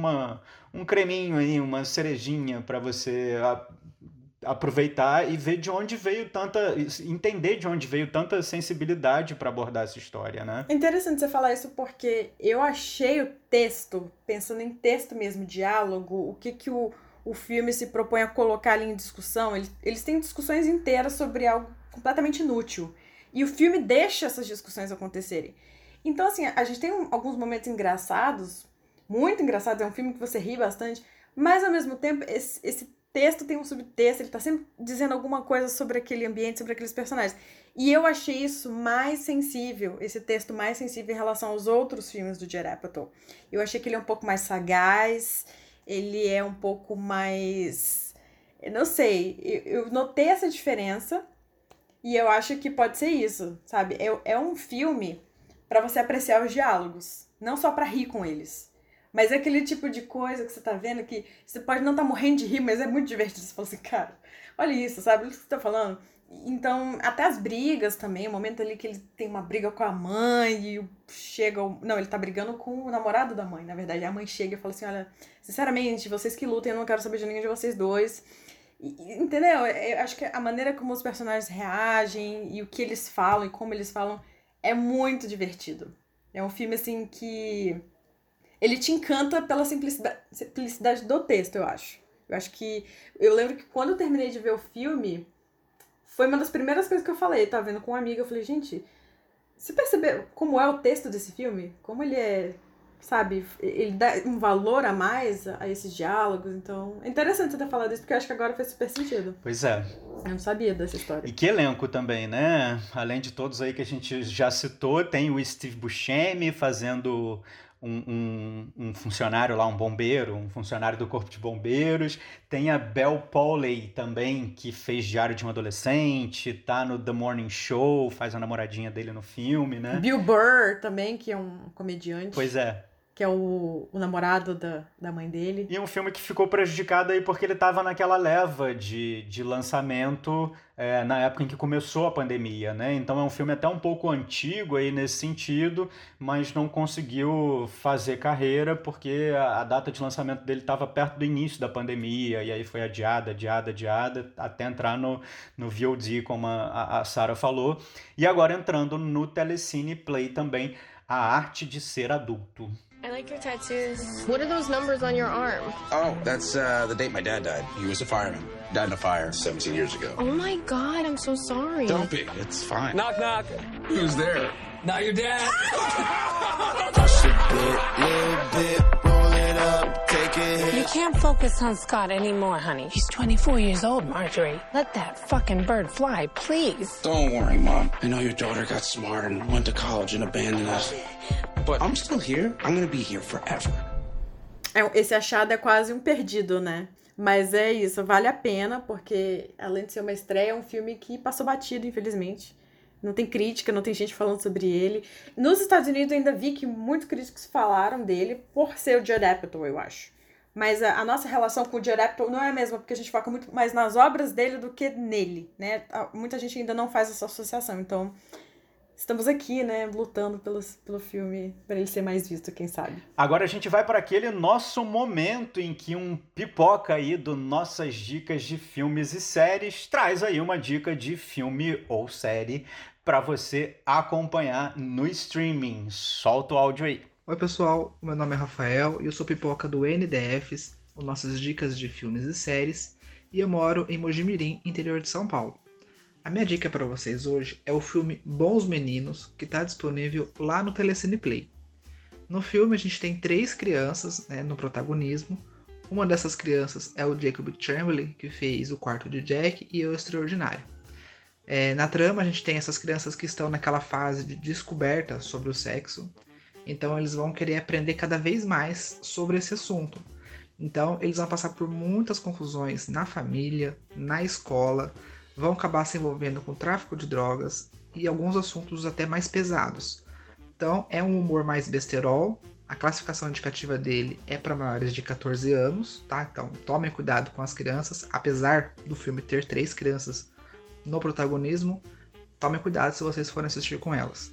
um creminho aí, uma cerejinha para você aproveitar e ver de onde veio entender de onde veio tanta sensibilidade para abordar essa história, né? É interessante você falar isso, porque eu achei o texto, pensando em texto mesmo, diálogo, o que o filme se propõe a colocar ali em discussão, eles têm discussões inteiras sobre algo completamente inútil, e o filme deixa essas discussões acontecerem. Então, assim, a gente tem alguns momentos engraçados, muito engraçados, é um filme que você ri bastante, mas ao mesmo tempo, esse texto tem um subtexto, ele tá sempre dizendo alguma coisa sobre aquele ambiente, sobre aqueles personagens. E eu achei isso mais sensível, esse texto mais sensível em relação aos outros filmes do Judd Apatow. Eu achei que ele é um pouco mais sagaz, ele é um pouco mais... Eu não sei, eu notei essa diferença e eu acho que pode ser isso, sabe? É um filme para você apreciar os diálogos, não só para rir com eles. Mas é aquele tipo de coisa que você tá vendo que você pode não estar morrendo de rir, mas é muito divertido. Você fala assim, cara, olha isso, sabe? Olha o que você tá falando. Então, até as brigas também, o momento ali que ele tem uma briga com a mãe e chega... Não, ele tá brigando com o namorado da mãe, na verdade. A mãe chega e fala assim, olha, sinceramente, vocês que lutem, eu não quero saber de ninguém de vocês dois. Entendeu? Eu acho que a maneira como os personagens reagem e o que eles falam e como eles falam é muito divertido. É um filme, assim, que ele te encanta pela simplicidade do texto, eu acho. Eu lembro que quando eu terminei de ver o filme, foi uma das primeiras coisas que eu falei. Tava vendo com uma amiga, eu falei, gente, você percebeu como é o texto desse filme? Como ele é, sabe, ele dá um valor a mais a esses diálogos. Então, é interessante você ter falado isso, porque eu acho que agora faz super sentido. Pois é. Eu não sabia dessa história. E que elenco também, né? Além de todos aí que a gente já citou, tem o Steve Buscemi fazendo um funcionário lá, um bombeiro, um funcionário do Corpo de Bombeiros. Tem a Belle Powley também, que fez Diário de um Adolescente, tá no The Morning Show, faz a namoradinha dele no filme, né? Bill Burr também, que é um comediante. Pois é. Que é o namorado da mãe dele. E um filme que ficou prejudicado aí porque ele estava naquela leva de lançamento na época em que começou a pandemia, né? Então é um filme até um pouco antigo aí nesse sentido, mas não conseguiu fazer carreira porque a data de lançamento dele estava perto do início da pandemia e aí foi adiada, até entrar no VOD, como a Sarah falou. E agora entrando no Telecine Play também, A Arte de Ser Adulto. I like your tattoos. What are those numbers on your arm? Oh, that's the date my dad died. He was a fireman. Died in a fire 17 years ago. Oh my God, I'm so sorry. Don't be. It's fine. Knock, knock. Who's there? Not your dad. You can't focus on Scott anymore, honey. He's 24 years old, Marjorie. Let that fucking bird fly, please. Don't worry, Mom. I know your daughter got smart and went to college and abandoned us. But I'm still here. I'm gonna be here forever. Esse achado é quase um perdido, né? Mas é isso, vale a pena, porque além de ser uma estreia, é um filme que passou batido, infelizmente. Não tem crítica, não tem gente falando sobre ele. Nos Estados Unidos eu ainda vi que muitos críticos falaram dele por ser o Judd Apatow, eu acho. Mas a nossa relação com o Judd Apatow não é a mesma, porque a gente foca muito mais nas obras dele do que nele, né? Muita gente ainda não faz essa associação, então estamos aqui, né, lutando pelo filme, para ele ser mais visto, quem sabe. Agora a gente vai para aquele nosso momento em que um pipoca aí do Nossas Dicas de Filmes e Séries traz aí uma dica de filme ou série para você acompanhar no streaming. Solta o áudio aí. Oi pessoal, meu nome é Rafael e eu sou pipoca do NDFs, o Nossas Dicas de Filmes e Séries, e eu moro em Mojimirim, interior de São Paulo. A minha dica para vocês hoje é o filme Bons Meninos, que está disponível lá no Telecine Play. No filme a gente tem 3 crianças, né, no protagonismo. Uma dessas crianças é o Jacob Tremblay, que fez O Quarto de Jack e O Extraordinário. Na trama a gente tem essas crianças que estão naquela fase de descoberta sobre o sexo. Então eles vão querer aprender cada vez mais sobre esse assunto. Então eles vão passar por muitas confusões na família, na escola, vão acabar se envolvendo com tráfico de drogas e alguns assuntos até mais pesados. Então é um humor mais besterol, a classificação indicativa dele é para maiores de 14 anos, tá? Então tomem cuidado com as crianças, apesar do filme ter 3 crianças no protagonismo, tomem cuidado se vocês forem assistir com elas.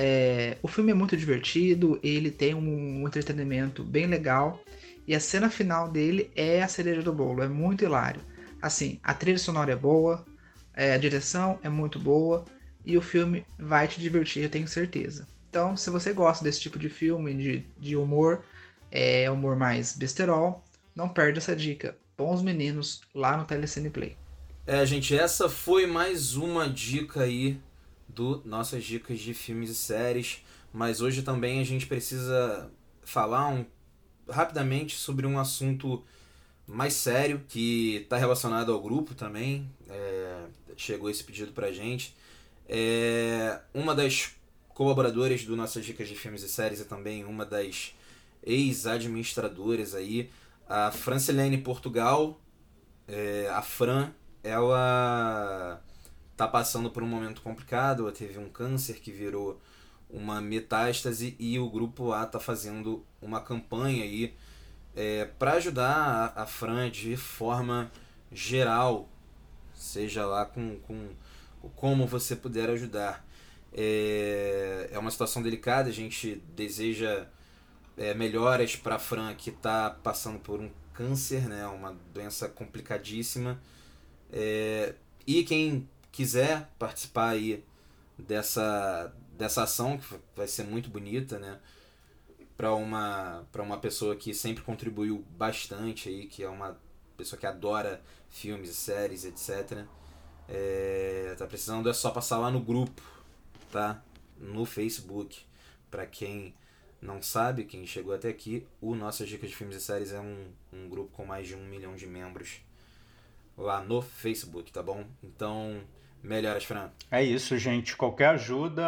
O filme é muito divertido, ele tem um entretenimento bem legal e a cena final dele é a cereja do bolo, é muito hilário. Assim, a trilha sonora é boa, a direção é muito boa e o filme vai te divertir, eu tenho certeza. Então, se você gosta desse tipo de filme, de humor, humor mais besterol, não perde essa dica. Bons Meninos lá no Telecine Play. Gente, essa foi mais uma dica aí do Nossas Dicas de Filmes e Séries, mas hoje também a gente precisa falar rapidamente sobre um assunto mais sério, que está relacionado ao grupo também. Chegou esse pedido pra gente. Uma das colaboradoras do Nossas Dicas de Filmes e Séries é também uma das ex-administradoras aí, a Francilene Portugal. A Fran, ela tá passando por um momento complicado, ela teve um câncer que virou uma metástase e o grupo lá tá fazendo uma campanha aí para ajudar a Fran de forma geral, seja lá com como você puder ajudar. É uma situação delicada, a gente deseja melhoras para a Fran, que está passando por um câncer, né, uma doença complicadíssima. E quem quiser participar aí dessa ação, que vai ser muito bonita, né? Para uma pessoa que sempre contribuiu bastante aí, que é uma pessoa que adora filmes, séries, etc. Tá precisando, é só passar lá no grupo, tá? No Facebook. Para quem não sabe, quem chegou até aqui, o Nossas Dicas de Filmes e Séries é um grupo com mais de 1 milhão de membros lá no Facebook, tá bom? Então, melhoras, Fran. É isso, gente. Qualquer ajuda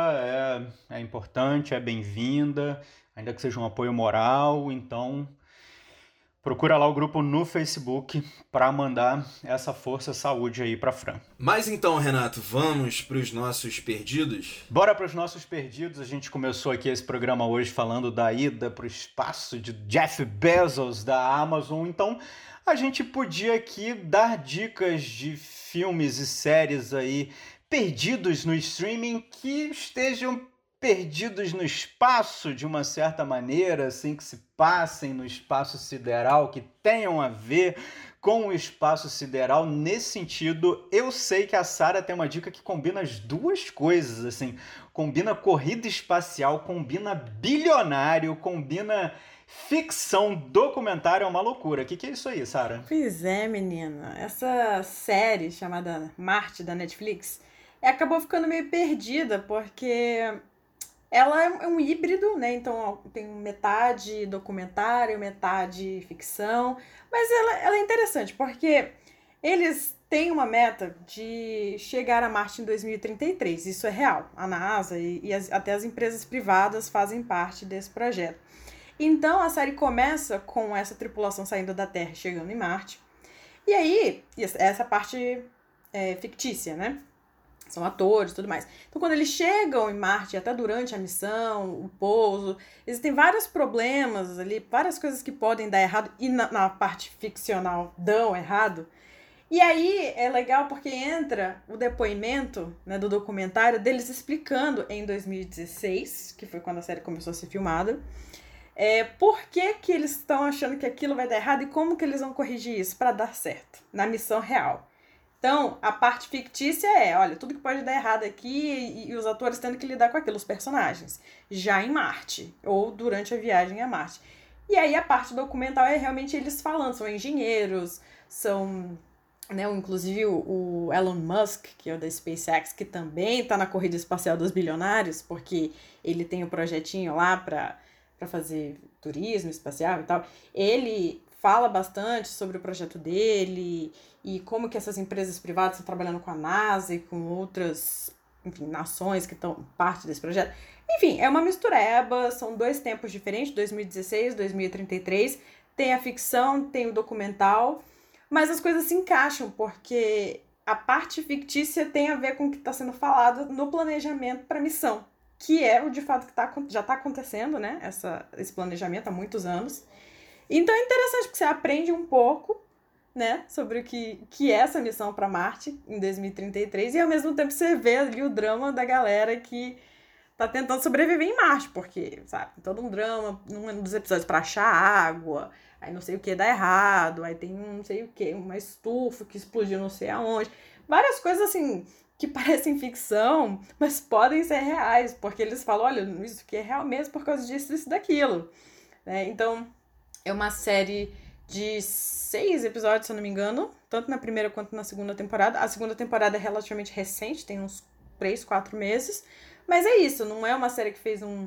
é importante, é bem-vinda, ainda que seja um apoio moral. Então, procura lá o grupo no Facebook para mandar essa força saúde aí para Fran. Mas então, Renato, vamos para os nossos perdidos? Bora para os nossos perdidos. A gente começou aqui esse programa hoje falando da ida para o espaço de Jeff Bezos da Amazon. Então, a gente podia aqui dar dicas de filmes e séries aí perdidos no streaming que estejam perdidos no espaço de uma certa maneira, assim, que se passem no espaço sideral, que tenham a ver com o espaço sideral. Nesse sentido, eu sei que a Sarah tem uma dica que combina as duas coisas, assim, combina corrida espacial, combina bilionário, combina ficção, documentário, é uma loucura. O que é isso aí, Sarah? Pois é, menina. Essa série chamada Marte, da Netflix, acabou ficando meio perdida, porque ela é um híbrido, né? Então tem metade documentário, metade ficção. Mas ela é interessante, porque eles têm uma meta de chegar a Marte em 2033. Isso é real. A NASA e até as empresas privadas fazem parte desse projeto. Então, a série começa com essa tripulação saindo da Terra e chegando em Marte. E aí, essa parte fictícia, né? São atores e tudo mais. Então, quando eles chegam em Marte, até durante a missão, o pouso, existem vários problemas ali, várias coisas que podem dar errado, e na parte ficcional dão errado. E aí, é legal porque entra o depoimento, né, do documentário deles explicando em 2016, que foi quando a série começou a ser filmada, por que eles estão achando que aquilo vai dar errado e como que eles vão corrigir isso para dar certo na missão real. Então, a parte fictícia olha, tudo que pode dar errado aqui e os atores tendo que lidar com aquilo, os personagens, já em Marte, ou durante a viagem a Marte. E aí a parte documental é realmente eles falando, são engenheiros, são, né, inclusive o Elon Musk, que é o da SpaceX, que também está na corrida espacial dos bilionários, porque ele tem um projetinho lá para fazer turismo espacial e tal. Ele fala bastante sobre o projeto dele e como que essas empresas privadas estão trabalhando com a NASA e com outras, enfim, nações que estão parte desse projeto. Enfim, é uma mistureba, são 2 tempos diferentes, 2016, 2033. Tem a ficção, tem o documental, mas as coisas se encaixam, porque a parte fictícia tem a ver com o que está sendo falado no planejamento para a missão, que é o de fato que já está acontecendo, né? Esse planejamento há muitos anos. Então é interessante porque você aprende um pouco, né, sobre o que é essa missão para Marte em 2033 e ao mesmo tempo você vê ali o drama da galera que tá tentando sobreviver em Marte, porque, sabe, tem todo um drama num dos episódios para achar água, aí não sei o que dá errado, aí tem um não sei o que, uma estufa que explodiu não sei aonde, várias coisas assim que parecem ficção, mas podem ser reais, porque eles falam, olha, isso aqui é real mesmo por causa disso, isso, daquilo, né? Então, é uma série de 6 episódios, se eu não me engano, tanto na primeira quanto na segunda temporada. A segunda temporada é relativamente recente, tem uns 3, 4 meses, mas é isso, não é uma série que fez um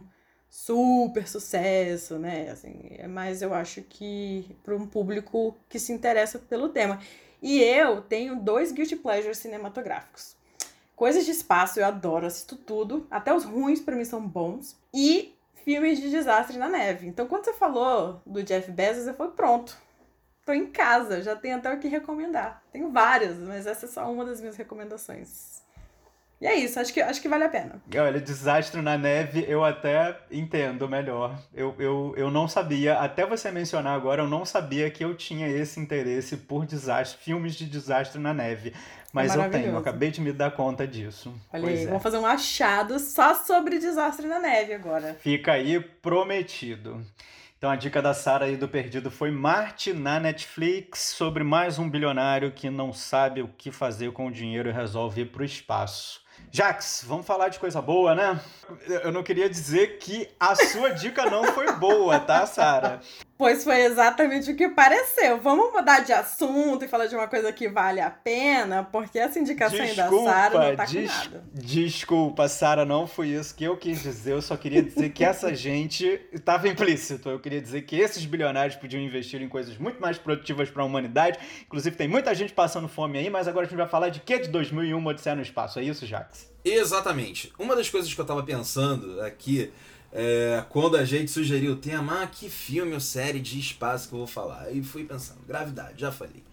super sucesso, né? Assim, mas eu acho que para um público que se interessa pelo tema. E eu tenho 2 guilty pleasures cinematográficos. Coisas de espaço, eu adoro, assisto tudo. Até os ruins, pra mim, são bons. E filmes de desastre na neve. Então, quando você falou do Jeff Bezos, eu falei, pronto. Tô em casa, já tenho até o que recomendar. Tenho várias, mas essa é só uma das minhas recomendações. E é isso, acho que vale a pena. Olha, desastre na neve eu até entendo melhor. Eu não sabia, até você mencionar agora, eu não sabia que eu tinha esse interesse por filmes de desastre na neve. Mas eu tenho, acabei de me dar conta disso. Olha aí, vamos fazer um achado só sobre desastre na neve agora. Fica aí prometido. Então a dica da Sarah aí do Perdido foi Marte na Netflix, sobre mais um bilionário que não sabe o que fazer com o dinheiro e resolve ir para o espaço. Jax, vamos falar de coisa boa, né? Eu não queria dizer que a sua dica não foi boa, tá, Sarah? Pois foi exatamente o que pareceu. Vamos mudar de assunto e falar de uma coisa que vale a pena, porque essa indicação aí da Sarah não tá com nada. Desculpa, Sarah, não foi isso que eu quis dizer. Eu só queria dizer que essa gente estava implícito. Eu queria dizer que esses bilionários podiam investir em coisas muito mais produtivas para a humanidade. Inclusive, tem muita gente passando fome aí, mas agora a gente vai falar de quê? De 2001, Odisseia no Espaço. É isso, Jax? Exatamente. Uma das coisas que eu tava pensando aqui, quando a gente sugeriu o tema, que filme ou série de espaço que eu vou falar? Aí fui pensando, Gravidade, já falei.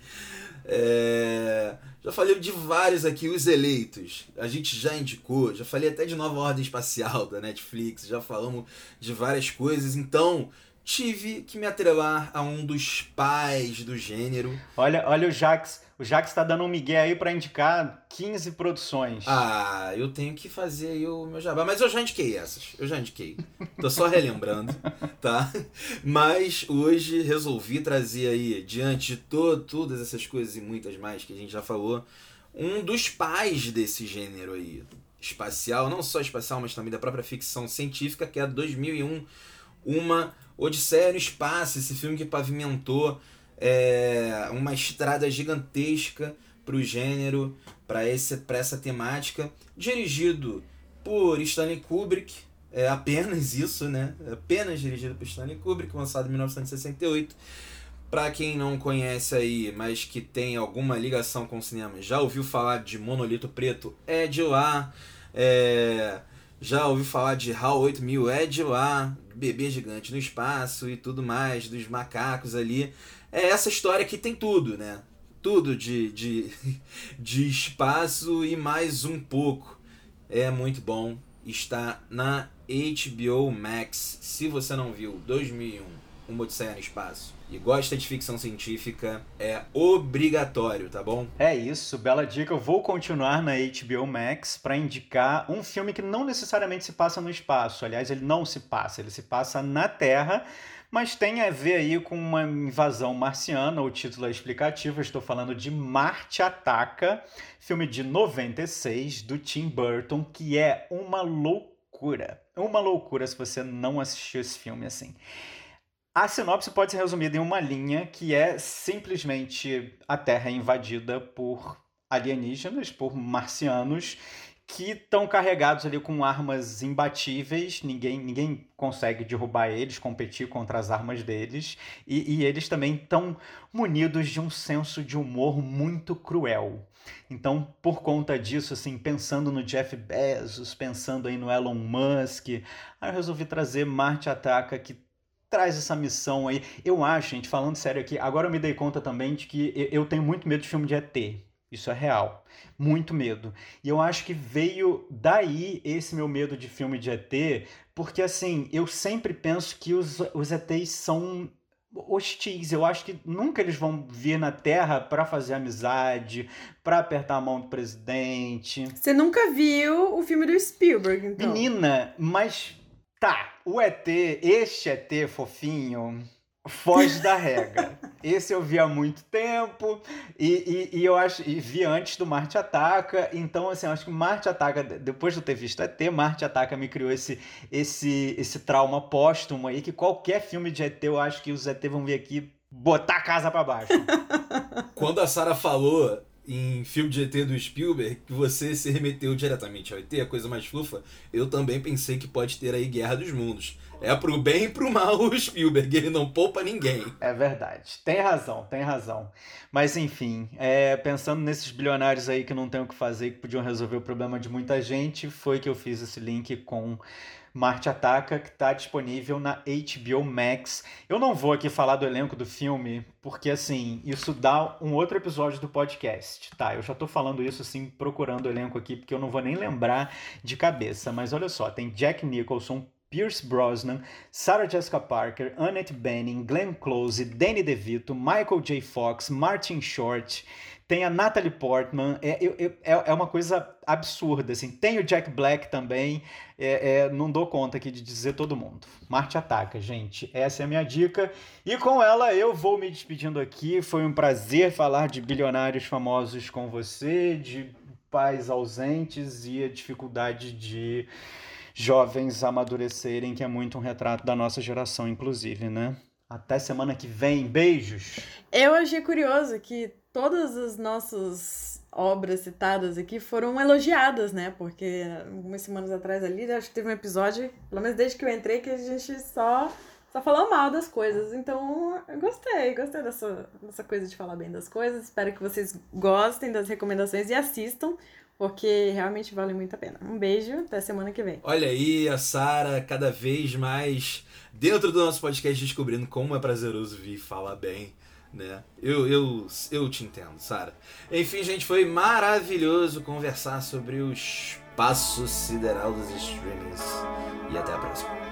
Já falei de vários aqui, os eleitos. A gente já indicou, já falei até de Nova Ordem Espacial da Netflix, já falamos de várias coisas, então tive que me atrelar a um dos pais do gênero. Olha o Jax. O Jax tá dando um migué aí pra indicar 15 produções. Ah, eu tenho que fazer aí o meu jabá. Mas eu já indiquei essas. Tô só relembrando, tá? Mas hoje resolvi trazer aí, diante de todas essas coisas e muitas mais que a gente já falou, um dos pais desse gênero aí. Espacial, não só espacial, mas também da própria ficção científica, que é 2001, Uma Odisseia no Espaço. Esse filme que pavimentou uma estrada gigantesca para o gênero, para essa temática, dirigido por Stanley Kubrick, apenas isso, né? Apenas dirigido por Stanley Kubrick, lançado em 1968. Para quem não conhece aí, mas que tem alguma ligação com o cinema, já ouviu falar de Monolito Preto? É de lá. Já ouviu falar de HAL 8000? É de lá. Bebê gigante no espaço e tudo mais, dos macacos ali. É essa história que tem tudo, né? Tudo de espaço e mais um pouco. É muito bom. Está na HBO Max. Se você não viu 2001, Uma Odisseia no Espaço, e gosta de ficção científica, é obrigatório, tá bom? É isso, bela dica. Eu vou continuar na HBO Max para indicar um filme que não necessariamente se passa no espaço. Aliás, ele não se passa, ele se passa na Terra, mas tem a ver aí com uma invasão marciana. O título é explicativo, eu estou falando de Marte Ataca, filme de 96, do Tim Burton, que é uma loucura. Uma loucura se você não assistiu esse filme assim. A sinopse pode ser resumida em uma linha, que é simplesmente a Terra é invadida por alienígenas, por marcianos, que estão carregados ali com armas imbatíveis, ninguém consegue derrubar eles, competir contra as armas deles, e eles também estão munidos de um senso de humor muito cruel. Então, por conta disso, assim, pensando no Jeff Bezos, pensando aí no Elon Musk, aí eu resolvi trazer Marte Ataca, que traz essa missão aí. Eu acho, gente, falando sério aqui, agora eu me dei conta também de que eu tenho muito medo de filme de ET. Isso é real. Muito medo. E eu acho que veio daí esse meu medo de filme de ET, porque assim, eu sempre penso que os ETs são hostis. Eu acho que nunca eles vão vir na Terra para fazer amizade, para apertar a mão do presidente. Você nunca viu o filme do Spielberg, então? Menina, mas tá, o ET, este ET fofinho, foge da regra. Esse eu vi há muito tempo e eu acho, e vi antes do Marte Ataca. Então, assim, eu acho que Marte Ataca, depois de eu ter visto ET, Marte Ataca me criou esse trauma póstumo aí, que qualquer filme de ET, eu acho que os ET vão vir aqui botar a casa pra baixo. Quando a Sarah falou em filme de ET do Spielberg, que você se remeteu diretamente ao ET, a coisa mais fofa, eu também pensei que pode ter aí Guerra dos Mundos. É pro bem e pro mal o Spielberg, ele não poupa ninguém. É verdade, tem razão. Mas enfim, pensando nesses bilionários aí que não tem o que fazer, que podiam resolver o problema de muita gente, foi que eu fiz esse link com Marte Ataca, que está disponível na HBO Max. Eu não vou aqui falar do elenco do filme, porque assim, isso dá um outro episódio do podcast, tá? Eu já tô falando isso assim, procurando o elenco aqui, porque eu não vou nem lembrar de cabeça. Mas olha só, tem Jack Nicholson, Pierce Brosnan, Sarah Jessica Parker, Annette Bening, Glenn Close, Danny DeVito, Michael J. Fox, Martin Short, tem a Natalie Portman, é uma coisa absurda, assim. Tem o Jack Black também, não dou conta aqui de dizer todo mundo. Marte Ataca, gente, essa é a minha dica, e com ela eu vou me despedindo aqui. Foi um prazer falar de bilionários famosos com você, de pais ausentes e a dificuldade de jovens amadurecerem, que é muito um retrato da nossa geração, inclusive, né? Até semana que vem. Beijos! Eu achei curioso que todas as nossas obras citadas aqui foram elogiadas, né? Porque algumas semanas atrás ali, acho que teve um episódio, pelo menos desde que eu entrei, que a gente só falou mal das coisas. Então, eu gostei dessa coisa de falar bem das coisas. Espero que vocês gostem das recomendações e assistam, porque realmente vale muito a pena. Um beijo, até semana que vem. Olha aí, a Sarah cada vez mais dentro do nosso podcast descobrindo como é prazeroso vir falar bem, né? Eu te entendo, Sarah. Enfim, gente, foi maravilhoso conversar sobre o espaço sideral dos streamings. E até a próxima.